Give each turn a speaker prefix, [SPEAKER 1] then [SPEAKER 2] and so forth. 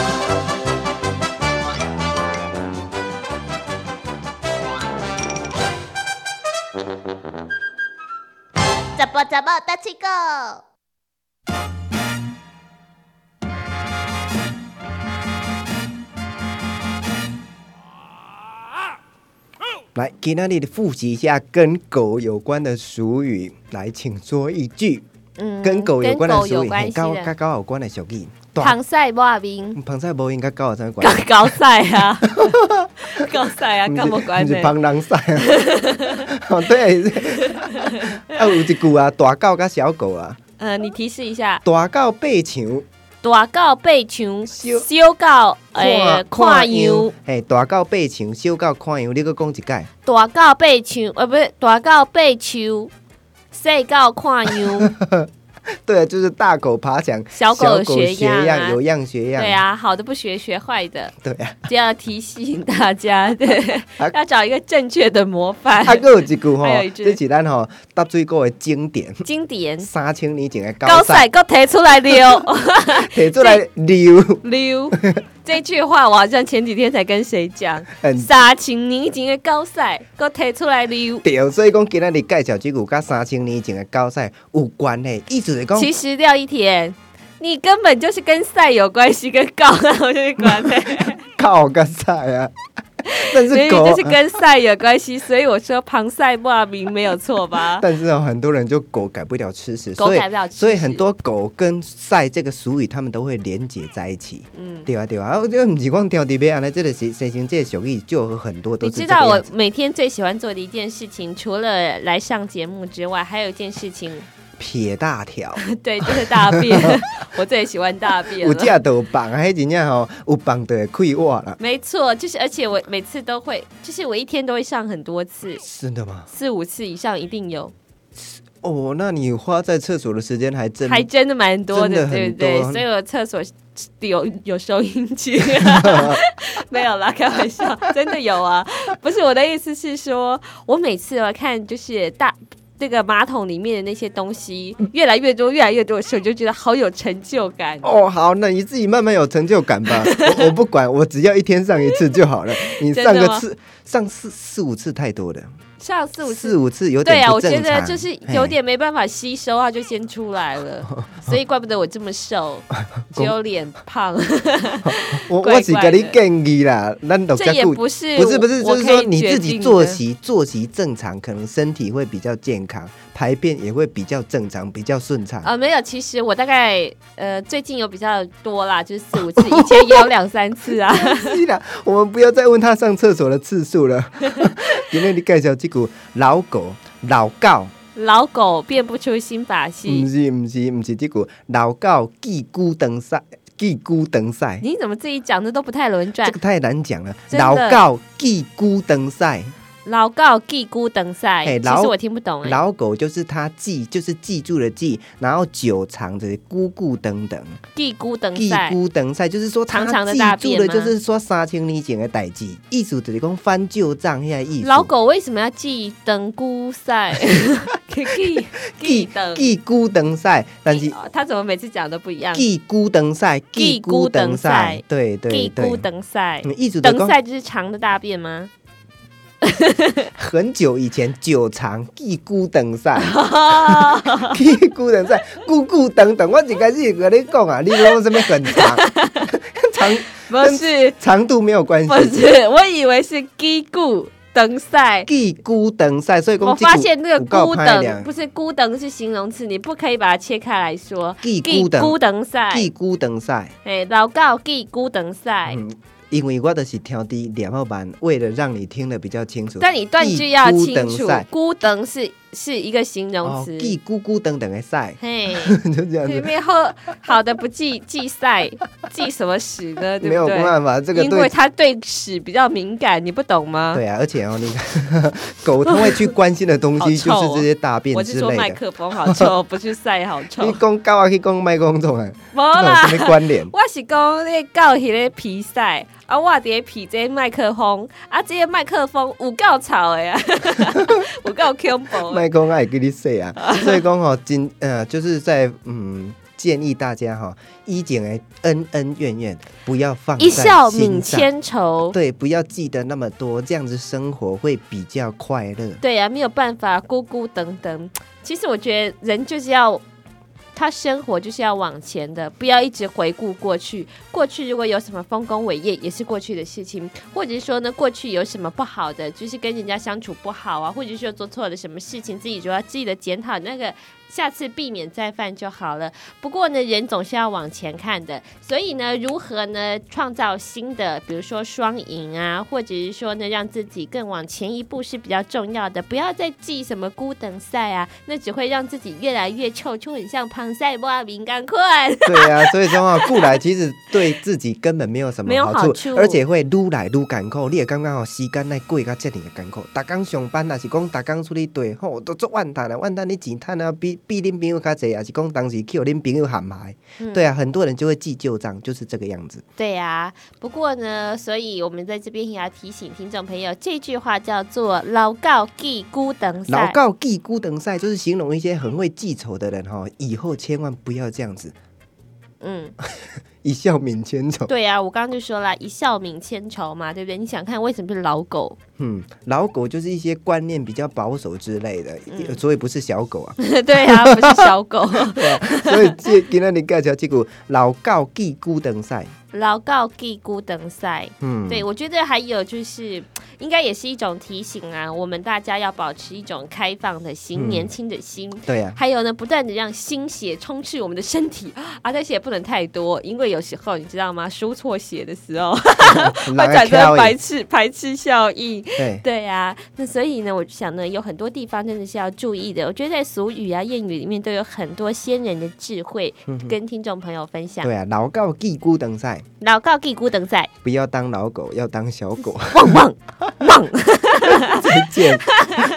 [SPEAKER 1] 怎么大七狗？
[SPEAKER 2] 来，今天你复习一下跟狗有关的俗语，来，请说一句。跟狗有关的俗语，跟狗有关的俗语。
[SPEAKER 3] 螃蟹抹面，
[SPEAKER 2] 螃蟹无应该狗有啥关系？
[SPEAKER 3] 狗屎啊，狗屎啊，干无关系？
[SPEAKER 2] 不是螃人屎啊。对，有一句啊，大狗跟小狗啊。
[SPEAKER 3] 你提示一下。
[SPEAKER 2] 大狗爬墙。
[SPEAKER 3] 大狗爬墙，小狗看羊。
[SPEAKER 2] 大狗爬墙，小狗看羊，你搁讲一解。
[SPEAKER 3] 大狗爬墙，不是大狗爬树，小狗看羊。
[SPEAKER 2] 对啊，就是大狗爬墙，
[SPEAKER 3] 小狗学
[SPEAKER 2] 样，有样学样。
[SPEAKER 3] 对啊，好的不学，学坏的。
[SPEAKER 2] 对啊，
[SPEAKER 3] 这样提醒大家，对，要找一个正确的模范。
[SPEAKER 2] 还有一句吼，这是咱吼搭水果的经典。
[SPEAKER 3] 经典。
[SPEAKER 2] 3000年前的
[SPEAKER 3] 高赛，给我提出来溜，
[SPEAKER 2] 提出来溜。
[SPEAKER 3] 这句话我好像前几天才跟谁讲，3000年前的高赛，给我提出来溜。
[SPEAKER 2] 对，所以讲今天你介绍这句跟3000年前的高赛有关的，意思是讲，
[SPEAKER 3] 其实廖一田，你根本就是跟赛有关系，跟高有关的。
[SPEAKER 2] 靠个赛啊！但是狗
[SPEAKER 3] 就是跟赛有关系，所以我说螃蟹抹面没有错吧？
[SPEAKER 2] 但是很多人就狗改不了吃屎，
[SPEAKER 3] 狗改不了吃屎，
[SPEAKER 2] 所以很多狗跟赛这个俗语他们都会连结在一起。对啊对啊，我觉得不是光挑地边啊，这个形成这个俗语就有很多都是这个样子。
[SPEAKER 3] 你知道我每天最喜欢做的一件事情，除了来上节目之外，还有一件事情。
[SPEAKER 2] 撇大条。
[SPEAKER 3] 对，就是大便。我最喜欢大便了。
[SPEAKER 2] 有这都棒啊，那真正吼有棒就会开挖了。
[SPEAKER 3] 没错，就是而且我每次都会，就是我一天都会上很多次。
[SPEAKER 2] 真的吗
[SPEAKER 3] ？4、5次以上一定有。
[SPEAKER 2] 哦，那你花在厕所的时间还真
[SPEAKER 3] 的蛮多的，对不对？所以我厕所有收音机。没有啦，开玩笑，真的有啊。不是，我的意思是说，我每次我看就是这个马桶里面的那些东西越来越多的时候，就觉得好有成就感。
[SPEAKER 2] 哦，好，那你自己慢慢有成就感吧。我不管，我只要一天上1次就好了。你上个次上4、5次太多了。
[SPEAKER 3] 上4、
[SPEAKER 2] 5次有点不正常。
[SPEAKER 3] 对啊，我觉得就是有点没办法吸收，它就先出来了。所以怪不得我这么瘦，只有脸胖。
[SPEAKER 2] 我是给你建议啦，
[SPEAKER 3] 这也不是，
[SPEAKER 2] 就是说你自己作息正常，可能身体会比较健康，排便也会比较正常，比较顺畅。
[SPEAKER 3] 没有，其实我大概最近有比较多啦，就是4、5次，以前也有2、3次啊。
[SPEAKER 2] 是啦，我们不要再问他上厕所的次数了。今天你介绍这股老狗
[SPEAKER 3] 变不出新把戏。
[SPEAKER 2] 不是这股老狗寄孤长赛。
[SPEAKER 3] 你怎么自己讲的都不太轮转？
[SPEAKER 2] 这个太难讲了。老狗寄孤长赛。
[SPEAKER 3] 老狗记孤等赛，其实我听不懂。
[SPEAKER 2] 老狗就是它记，就是记住了记，然后久长的孤孤等等。
[SPEAKER 3] 记孤等赛
[SPEAKER 2] 就是说
[SPEAKER 3] 长长的大便吗？
[SPEAKER 2] 就是说3000年前的代志，意思就是讲翻旧账那意思。
[SPEAKER 3] 老狗为什么要记等孤赛？
[SPEAKER 2] 记孤等赛，但是
[SPEAKER 3] 他怎么每次讲都不一样？
[SPEAKER 2] 记孤等赛，对，记孤等赛，意思
[SPEAKER 3] 等赛就是长的大便吗？
[SPEAKER 2] 很久以前，久长记孤等赛，记孤等赛，孤等等，我一开始跟你讲啊，你说什么很长，
[SPEAKER 3] 不是
[SPEAKER 2] 长度没有关系，
[SPEAKER 3] 不是，我以为是记孤等赛，
[SPEAKER 2] 记孤等赛，所以
[SPEAKER 3] 我发现那个孤等不是孤等是形容词，你不可以把它切开来说。
[SPEAKER 2] 记孤等赛，
[SPEAKER 3] 老狗记孤等赛。
[SPEAKER 2] 因为我就是挑低2号班，为了让你听得比较清楚。
[SPEAKER 3] 但你断句要清楚，孤等是一个形容词。
[SPEAKER 2] 记孤等等的赛，
[SPEAKER 3] 嘿，
[SPEAKER 2] 就这样子。
[SPEAKER 3] 里面好的不记赛，记什么屎呢？对不对？
[SPEAKER 2] 没有办法，这个
[SPEAKER 3] 因为他对屎比较敏感，你不懂吗？
[SPEAKER 2] 对啊，而且你看，狗它会去关心的东西就是这些大便之类的。
[SPEAKER 3] 我是说麦克风好臭，不是赛好臭。
[SPEAKER 2] 你讲狗啊，去讲麦克风总啊，
[SPEAKER 3] 没啦，
[SPEAKER 2] 什么关联？
[SPEAKER 3] 我是讲那狗迄个皮赛。啊！我伫皮这麦克风，啊，这个麦克风有够吵的呀，有够恐怖。
[SPEAKER 2] 麦克风也给你说啊，所以讲吼，就是在建议大家哈，以前的恩恩怨怨不要放在
[SPEAKER 3] 一
[SPEAKER 2] 心上，
[SPEAKER 3] 笑泯千愁。
[SPEAKER 2] 对，不要记得那么多，这样子生活会比较快乐。
[SPEAKER 3] 对啊，没有办法，咕咕等等。其实我觉得人就是要。他生活就是要往前的，不要一直回顾过去。过去如果有什么丰功伟业，也是过去的事情；或者是说呢，过去有什么不好的，就是跟人家相处不好啊，或者是说做错了什么事情，自己就要记得检讨，那个下次避免再犯就好了。不过呢，人总是要往前看的，所以呢，如何呢创造新的，比如说双赢啊，或者是说呢，让自己更往前一步是比较重要的。不要再记什么孤等赛啊，那只会让自己越来越臭，就很像胖赛波敏感快。
[SPEAKER 2] 对啊，所以说啊，顾来其实对自己根本没有什么好处，而且会愈来愈艰苦。你也刚刚时间来过到这样的艰苦，大工上班也是讲大工出去对，都做怨叹啊，怨叹你钱赚啊比恁朋友较济，也是讲当时去恁朋友陷害。对啊，很多人就会记旧账，就是这个样子。
[SPEAKER 3] 对啊，不过呢，所以我们在这边也要提醒听众朋友，这句话叫做“老告记孤等赛”。
[SPEAKER 2] 老告记孤等赛就是形容一些很会记仇的人哈，以后千万不要这样子。一笑泯千愁。
[SPEAKER 3] 对啊，我刚刚就说了，一笑泯千愁嘛，对不对？你想看为什么是老狗？
[SPEAKER 2] 老狗就是一些观念比较保守之类的，所以不是小狗啊。
[SPEAKER 3] 对啊，不是小狗。
[SPEAKER 2] 对啊，所以今天你介绍这句老告记孤等赛。
[SPEAKER 3] 老告记孤等赛，对，我觉得还有就是，应该也是一种提醒啊，我们大家要保持一种开放的心，年轻的心。
[SPEAKER 2] 对啊，
[SPEAKER 3] 还有呢，不断的让新血充斥我们的身体啊，但是也不能太多，因为有时候你知道吗？输错血的时候会产生排斥效应。对啊，那所以呢，我就想呢，有很多地方真的是要注意的。我觉得在俗语啊、谚语里面都有很多先人的智慧，跟听众朋友分享。
[SPEAKER 2] 对啊，老告记孤等赛。
[SPEAKER 3] 老告记孤等赛，
[SPEAKER 2] 不要当老狗，要当小狗。
[SPEAKER 3] 汪汪汪！
[SPEAKER 2] 再见。